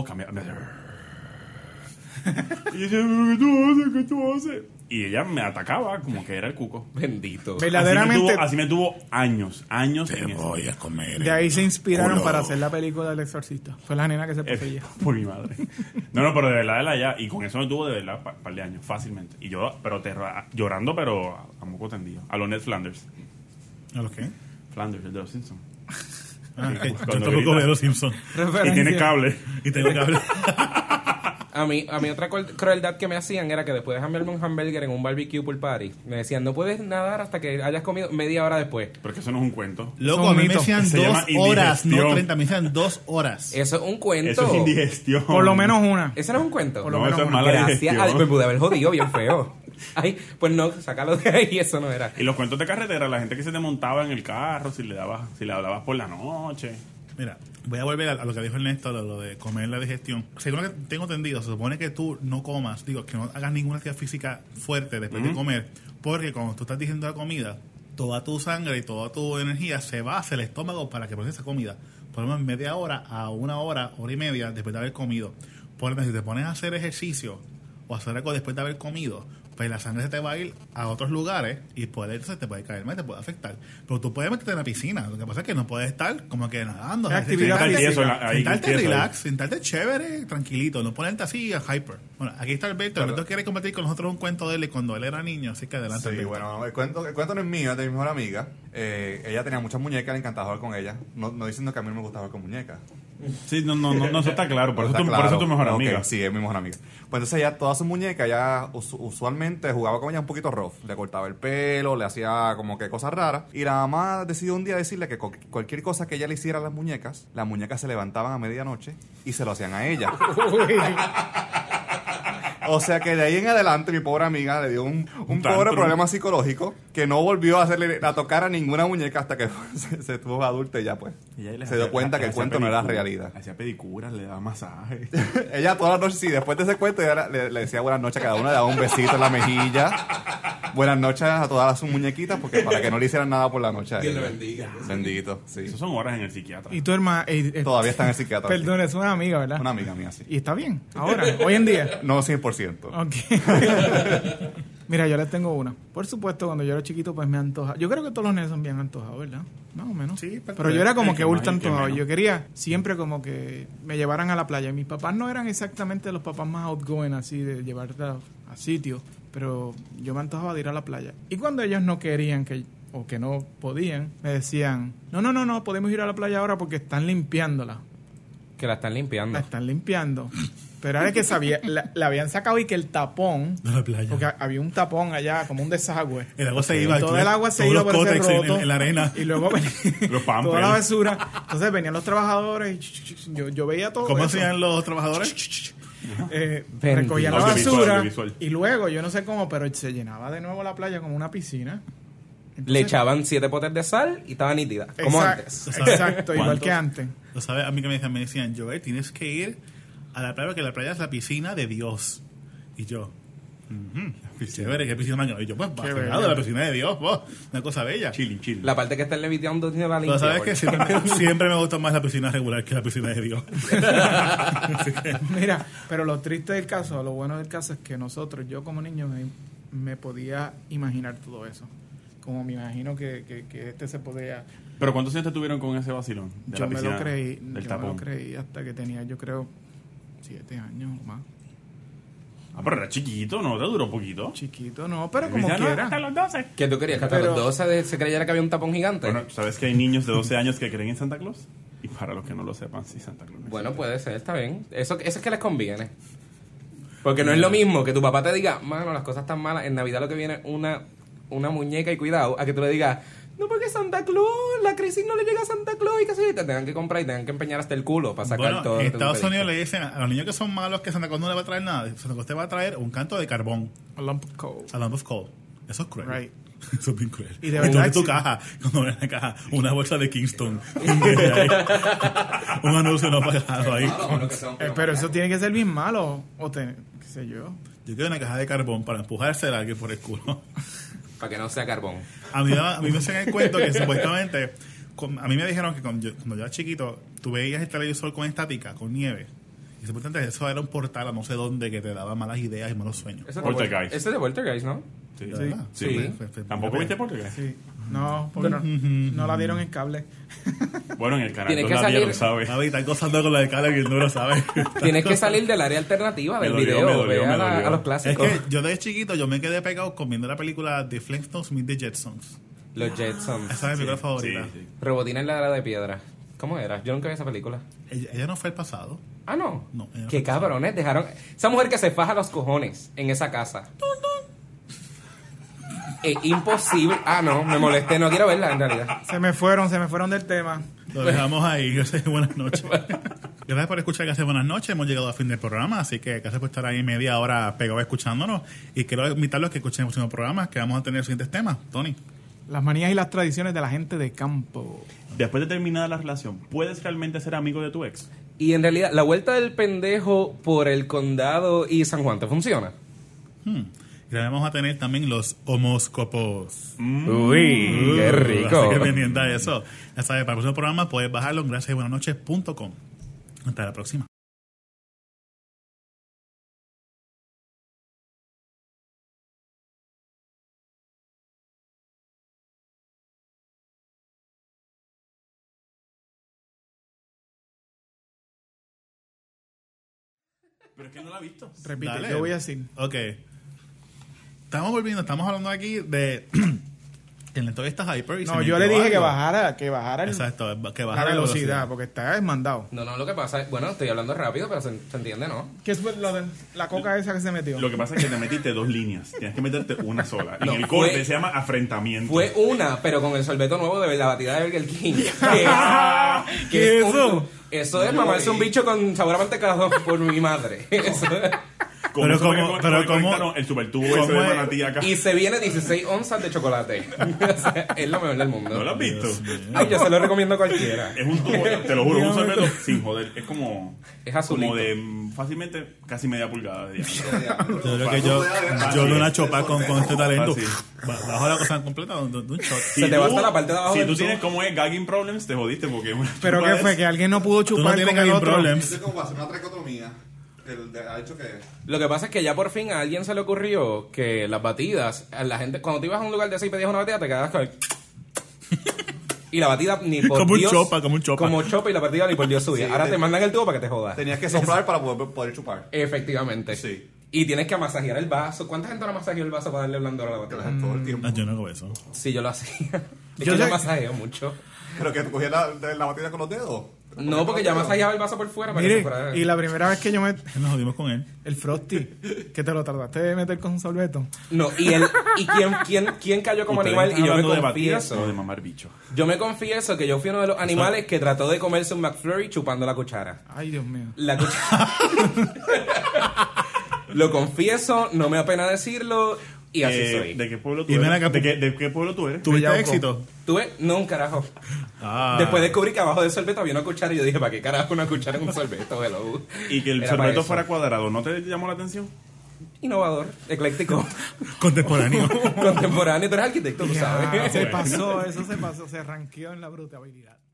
C: y yo decía, ¿qué tú haces? Y ella me atacaba como que era el cuco.
D: Bendito.
F: Verdaderamente.
C: Así me tuvo años.
B: Te voy a comer.
F: De ahí se inspiraron para hacer la película del Exorcista. Fue la nena que se poseía.
C: Por mi madre. No, pero de verdad ya. Y con eso me tuvo de verdad un par de años, fácilmente. Y yo, llorando, pero a moco tendido. A los Ned Flanders.
B: ¿A los qué?
C: Flanders, el de los Simpsons.
B: Yo tampoco veo los Simpsons.
C: Y tiene cable.
B: Y tengo cable.
D: A mí otra crueldad que me hacían era que después de cambiarme un hamburger en un barbecue pool party, me decían, no puedes nadar hasta que hayas comido media hora después.
C: Porque eso no es un cuento.
B: Loco, a mí me decían 2 horas, no 30, me decían 2 horas.
D: Eso es un cuento.
C: Eso es indigestión.
F: Por lo menos una.
D: ¿Eso no es un cuento?
C: Por lo menos eso es mala digestión.
D: Gracias, me pude haber jodido bien feo. Ay, pues no, sácalo de ahí, eso no era.
C: Y los cuentos de carretera, la gente que se te montaba en el carro, si le hablabas por la noche.
B: Mira, voy a volver a lo que dijo Ernesto, lo de comer la digestión. Según lo que tengo entendido, se supone que tú no comas, que no hagas ninguna actividad física fuerte después de comer, porque cuando tú estás digiriendo la comida, toda tu sangre y toda tu energía se va hacia el estómago para que procese esa comida. Por lo menos media hora a 1 hora, hora y media después de haber comido. Por ejemplo, si te pones a hacer ejercicio o hacer algo después de haber comido, pues la sangre se te va a ir a otros lugares y entonces te puede caer mal, te puede afectar. Pero tú puedes meterte en la piscina. Lo que pasa es que no puedes estar como que nadando. Sentarte chévere, tranquilito. No ponerte así a hyper. Bueno, aquí está Alberto. Alberto quiere compartir con nosotros un cuento de él cuando él era niño. Así que adelante.
G: Sí,
B: Alberto.
G: Bueno, el cuento no es mío, es de mi mejor amiga. Ella tenía muchas muñecas, le encantaba jugar con ellas. No diciendo que a mí no me gustaba jugar con muñecas.
C: Sí, no, eso está claro. Por eso es tu mejor amiga.
G: Sí, es mi mejor amiga. Pues entonces ella, todas sus muñecas, ella usualmente jugaba con ella un poquito rough. Le cortaba el pelo, le hacía como que cosas raras. Y la mamá decidió un día decirle que cualquier cosa que ella le hiciera a las muñecas se levantaban a medianoche y se lo hacían a ella. O sea que de ahí en adelante mi pobre amiga le dio un pobre problema psicológico que no volvió a tocar a ninguna muñeca hasta que se tuvo adulta y ya pues se dio cuenta que el cuento no era realidad.
C: Hacía pedicuras, le daba masajes.
G: Ella todas las noches, sí, después de ese cuento ella le decía buenas noches a cada una, le daba un besito en la mejilla. Buenas noches a todas sus muñequitas porque para que no le hicieran nada por la noche.
D: Dios le bendiga.
G: Bendito, sí.
C: Eso son horas en el psiquiatra.
F: Y tu hermana...
G: Todavía está en el psiquiatra.
F: Perdón, es una amiga, ¿verdad?
G: Una amiga mía, sí.
F: ¿Y está bien? Ahora, hoy en día.
G: No, 100%.
F: Ok. Mira, yo les tengo una. Por supuesto, cuando yo era chiquito, pues me antojaba. Yo creo que todos los nenes son bien antojados, ¿verdad? Más o menos.
B: Sí,
F: pero yo era como que ultra
C: más y que
F: antojado.
C: menos.
F: Yo quería siempre como que me llevaran a la playa. Y mis papás no eran exactamente los papás más outgoing, así, de llevarte a sitios. Pero yo me antojaba de ir a la playa. Y cuando ellos no querían o que no podían, me decían, no, podemos ir a la playa ahora porque están limpiándola.
D: Que la están limpiando.
F: La están limpiando. Pero era que sabía, la habían sacado y que el tapón,
B: De la playa.
F: porque había un tapón allá, como un desagüe.
B: El agua se iba.
F: Todo el agua se
B: todos
F: iba
B: los
F: por ese
B: cótex
F: roto.
B: en la arena.
F: Y luego venía
C: Los pampers.
F: toda la basura. Entonces venían los trabajadores y yo veía todo
B: ¿Cómo
F: eso.
B: hacían los trabajadores?
F: Recogían la
C: Audiovisual,
F: basura
C: audiovisual.
F: y luego, yo no sé cómo, pero se llenaba de nuevo la playa como una piscina. Entonces,
D: Le echaban 7 potes de sal y estaba nítida. Como antes.
F: Exacto, igual
C: ¿Cuántos?
F: que antes.
B: Lo sabes, a mí que me decían, Joel, tienes que ir a la playa, porque la playa es la piscina de Dios. Y yo, chévere, ¿qué piscina más grande? Y yo, pues,
F: Qué
B: bajo
F: bello.
B: la piscina de Dios, una cosa bella.
C: Chilling.
D: La parte que está levitando tiene la
B: Pero
D: limpia.
B: sabes que siempre me gusta más la piscina regular que la piscina de Dios. Así que,
F: Mira, pero lo triste del caso, lo bueno del caso es que yo como niño me podía imaginar todo eso. Como me imagino que se podía...
C: Pero ¿cuántos años te tuvieron con ese vacilón? De
F: Yo
C: la
F: me
C: piscina
F: lo creí,
C: del
F: yo me
C: tapón.
F: lo creí hasta que tenía, yo creo, 7 años o más.
C: Ah, pero era chiquito, ¿no? Te duró poquito.
F: Chiquito, no, pero como
C: Ya no,
F: quiera.
C: hasta los 12.
D: ¿Qué tú querías? ¿Que hasta
F: Pero-
D: los 12 se creyera que había un tapón gigante?
C: Bueno, ¿sabes que hay niños de 12 años que creen en Santa Claus? Y para los que no lo sepan, sí, Santa Claus no
D: Bueno,
C: existe.
D: puede ser, está bien. Eso es que les conviene. Porque no es lo mismo que tu papá te diga, mano, las cosas están malas. En Navidad lo que viene una muñeca y cuidado, a que tú le digas, no, porque Santa Claus, la crisis no le llega a Santa Claus y que así, te tengan que comprar y tengan que empeñar hasta el culo para sacar
B: bueno,
D: todo.
B: en
D: este
B: Estados
D: pedito.
B: Unidos le dicen a los niños que son malos que Santa Claus no le va a traer nada. Santa Claus te va a traer un canto de carbón.
F: A lump of coal.
B: A lump of coal. Eso es cruel.
F: Right.
B: Eso es bien cruel.
F: Y de
B: Entonces
F: verdad
B: tu
F: que-
B: caja, cuando ves la caja, una bolsa de Kingston. Un anuncio no pagado ahí.
F: Pero eso tiene que ser bien malo. O qué sé yo.
B: Yo quiero una caja de carbón para empujársela a alguien por el culo.
D: Para que no sea carbón.
B: A mí me hacían el cuento que supuestamente, a mí me dijeron que cuando yo era chiquito, tú veías el televisor con estática, con nieve. Y supuestamente eso era un portal a no sé dónde que te daba malas ideas y malos sueños.
D: Eso
C: Poltergeist.
D: Ese es de Poltergeist, ¿no?
C: Sí.
B: ¿De verdad?
D: Sí.
C: ¿Tampoco viste Poltergeist?
F: Sí. No, porque no la dieron en cable.
C: Bueno, en el canal
D: Tiene
C: 2
D: que
C: la
D: salir-
C: dieron, ¿sabes?
B: A ver, están gozando con la de cara que no lo sabe.
D: Tienes que salir del área alternativa del
C: Me dolió,
D: video.
C: me dolió,
D: ve
C: me
D: a,
C: dolió.
D: a los
B: Es
D: clásicos.
B: que yo desde chiquito yo me quedé pegado con viendo la película The Flintstones Meet the Jetsons.
D: Los Jetsons.
B: Esa es mi película favorita.
C: Sí, sí.
D: Robotina en la edad de piedra. ¿Cómo era? Yo nunca vi esa película.
B: Ella no fue el pasado.
D: Ah, no.
B: No, ella no
D: Qué
B: fue el
D: cabrones dejaron. Esa mujer que se faja los cojones en esa casa. Es imposible. Ah, no, me molesté. No quiero verla en realidad.
F: Se me fueron del tema.
B: Lo dejamos ahí. Gracias y buenas noches. Gracias por escuchar. Gracias, buenas noches. Hemos llegado al fin del programa, así que gracias por estar ahí media hora pegado escuchándonos. Y quiero invitarlos a que escuchen el próximo programa, que vamos a tener los siguientes temas. Tony.
F: Las manías y las tradiciones de la gente de campo.
C: Después de terminada la relación, ¿puedes realmente ser amigo de tu ex?
D: Y en realidad, la vuelta del pendejo por el condado y San Juan, ¿te funciona?
B: Y ahora vamos a tener también los homoscopos.
D: Uy, qué rico.
B: Así que pendiente a eso. Ya sabes, para el próximo programa puedes bajarlo en graciasybuenasnoches.com. Hasta la próxima.
C: Pero es que no la ha visto.
F: Repite,
B: Dale.
F: yo voy a decir.
B: Ok. Estamos hablando aquí de que el lector está hyper. Y
F: No,
B: se
F: yo le
B: metió
F: dije que
B: algo.
F: bajara
B: Exacto, que
F: la
B: bajara
F: velocidad, porque está desmandado.
D: No, lo que pasa es, bueno, estoy hablando rápido, pero se entiende, ¿no?
F: ¿Qué es lo de la coca esa que se metió?
C: Lo que pasa es que te metiste 2 líneas. Tienes que meterte una sola.
D: No,
C: en el
D: fue-
C: corte se llama afrentamiento.
D: Fue una, pero con el sorbeto nuevo de la batida de Burger King.
F: ¿Qué es eso?
D: Eso es mamarse un bicho con sabor a mantecado por mi madre. Eso es.
C: Con
B: Pero
C: eso fue
B: ¿cómo-
C: que
B: pero
C: conectaron
B: cómo-
C: el supertubo
B: cómo
C: ese de
B: es?
C: manatí acá.
D: Y se viene 16 onzas de chocolate. O sea, es lo mejor del mundo.
C: ¿No lo has visto?
D: Ay, yo se lo recomiendo a cualquiera.
C: Es un tubo, te lo juro, es un sorbeto sin joder. Es como...
D: Es azulito.
C: Como de fácilmente casi media pulgada de diámetro.
B: Yo creo que yo de una chopa con este talento.
C: Fácil.
B: Bajo la cosa completa de un shot.
D: Se te va hasta la parte de abajo
C: Si
D: del
C: tú
D: tubo.
C: tienes como es gagging problems, te jodiste porque es una
F: ¿Pero
C: chupa
F: qué fue?
C: de-
F: ¿Que alguien no pudo
B: Tú no
F: chupar
B: tienes
F: con el
B: gagging
F: otro?
B: problems.
G: Es como hacer una tricotomía. ha dicho que...
D: Lo que pasa es que ya por fin a alguien se le ocurrió que las batidas, a la gente, cuando tú ibas a un lugar de así y pedías una batida, te quedabas con el... Y la batida ni por
B: como
D: Dios...
B: como un chopa.
D: Como chopa y la batida ni por Dios subía.
G: Sí,
D: ahora te mandan el tubo para que te jodas.
G: Tenías que soplar para poder chupar.
D: Efectivamente.
G: Sí.
D: Y tienes que masajear el vaso. ¿Cuánta gente no masajeó el vaso para darle blandor a la batida?
G: Todo el tiempo.
B: Ah, yo no hago eso.
D: Sí, yo lo hacía.
F: Yo
D: Yo
F: sé-
D: masajeo mucho.
G: Pero que tú cogías la batida con los dedos.
D: No, porque ya masajeaba el vaso por fuera para que
F: Mire,
D: se fuera...
F: y la primera vez que yo
B: Nos jodimos con él.
F: el Frosty, que te lo tardaste de meter con un sorbeto.
D: No, y quién cayó como
C: ¿Ustedes
D: animal,
C: están
D: y yo me
C: hablando de batidas
D: confieso.
C: o de mamar bicho?
D: Yo me confieso que yo fui uno de los animales que trató de comerse un McFlurry chupando la cuchara.
F: Ay, Dios mío.
D: La cuchara. Lo confieso, no me apena decirlo, y así soy.
C: ¿De qué pueblo tú
B: Y ven
C: eres?
B: acá,
C: ¿De qué pueblo tú eres?
B: ¿Tuviste
F: Yauco.
B: éxito?
D: Tuve, no, un carajo.
B: Ah.
D: Después descubrí que abajo del sorbeto había una cuchara y yo dije, ¿para qué carajo una cuchara en un sorbeto? Hello.
C: Y que el
D: Era para
C: sorbeto
D: eso.
C: fuera cuadrado, ¿no te llamó la atención?
D: Innovador, ecléctico,
B: Contemporáneo.
D: contemporáneo. Tú eres arquitecto, tú sabes.
F: Se pasó, eso se pasó, se ranqueó en la brutabilidad.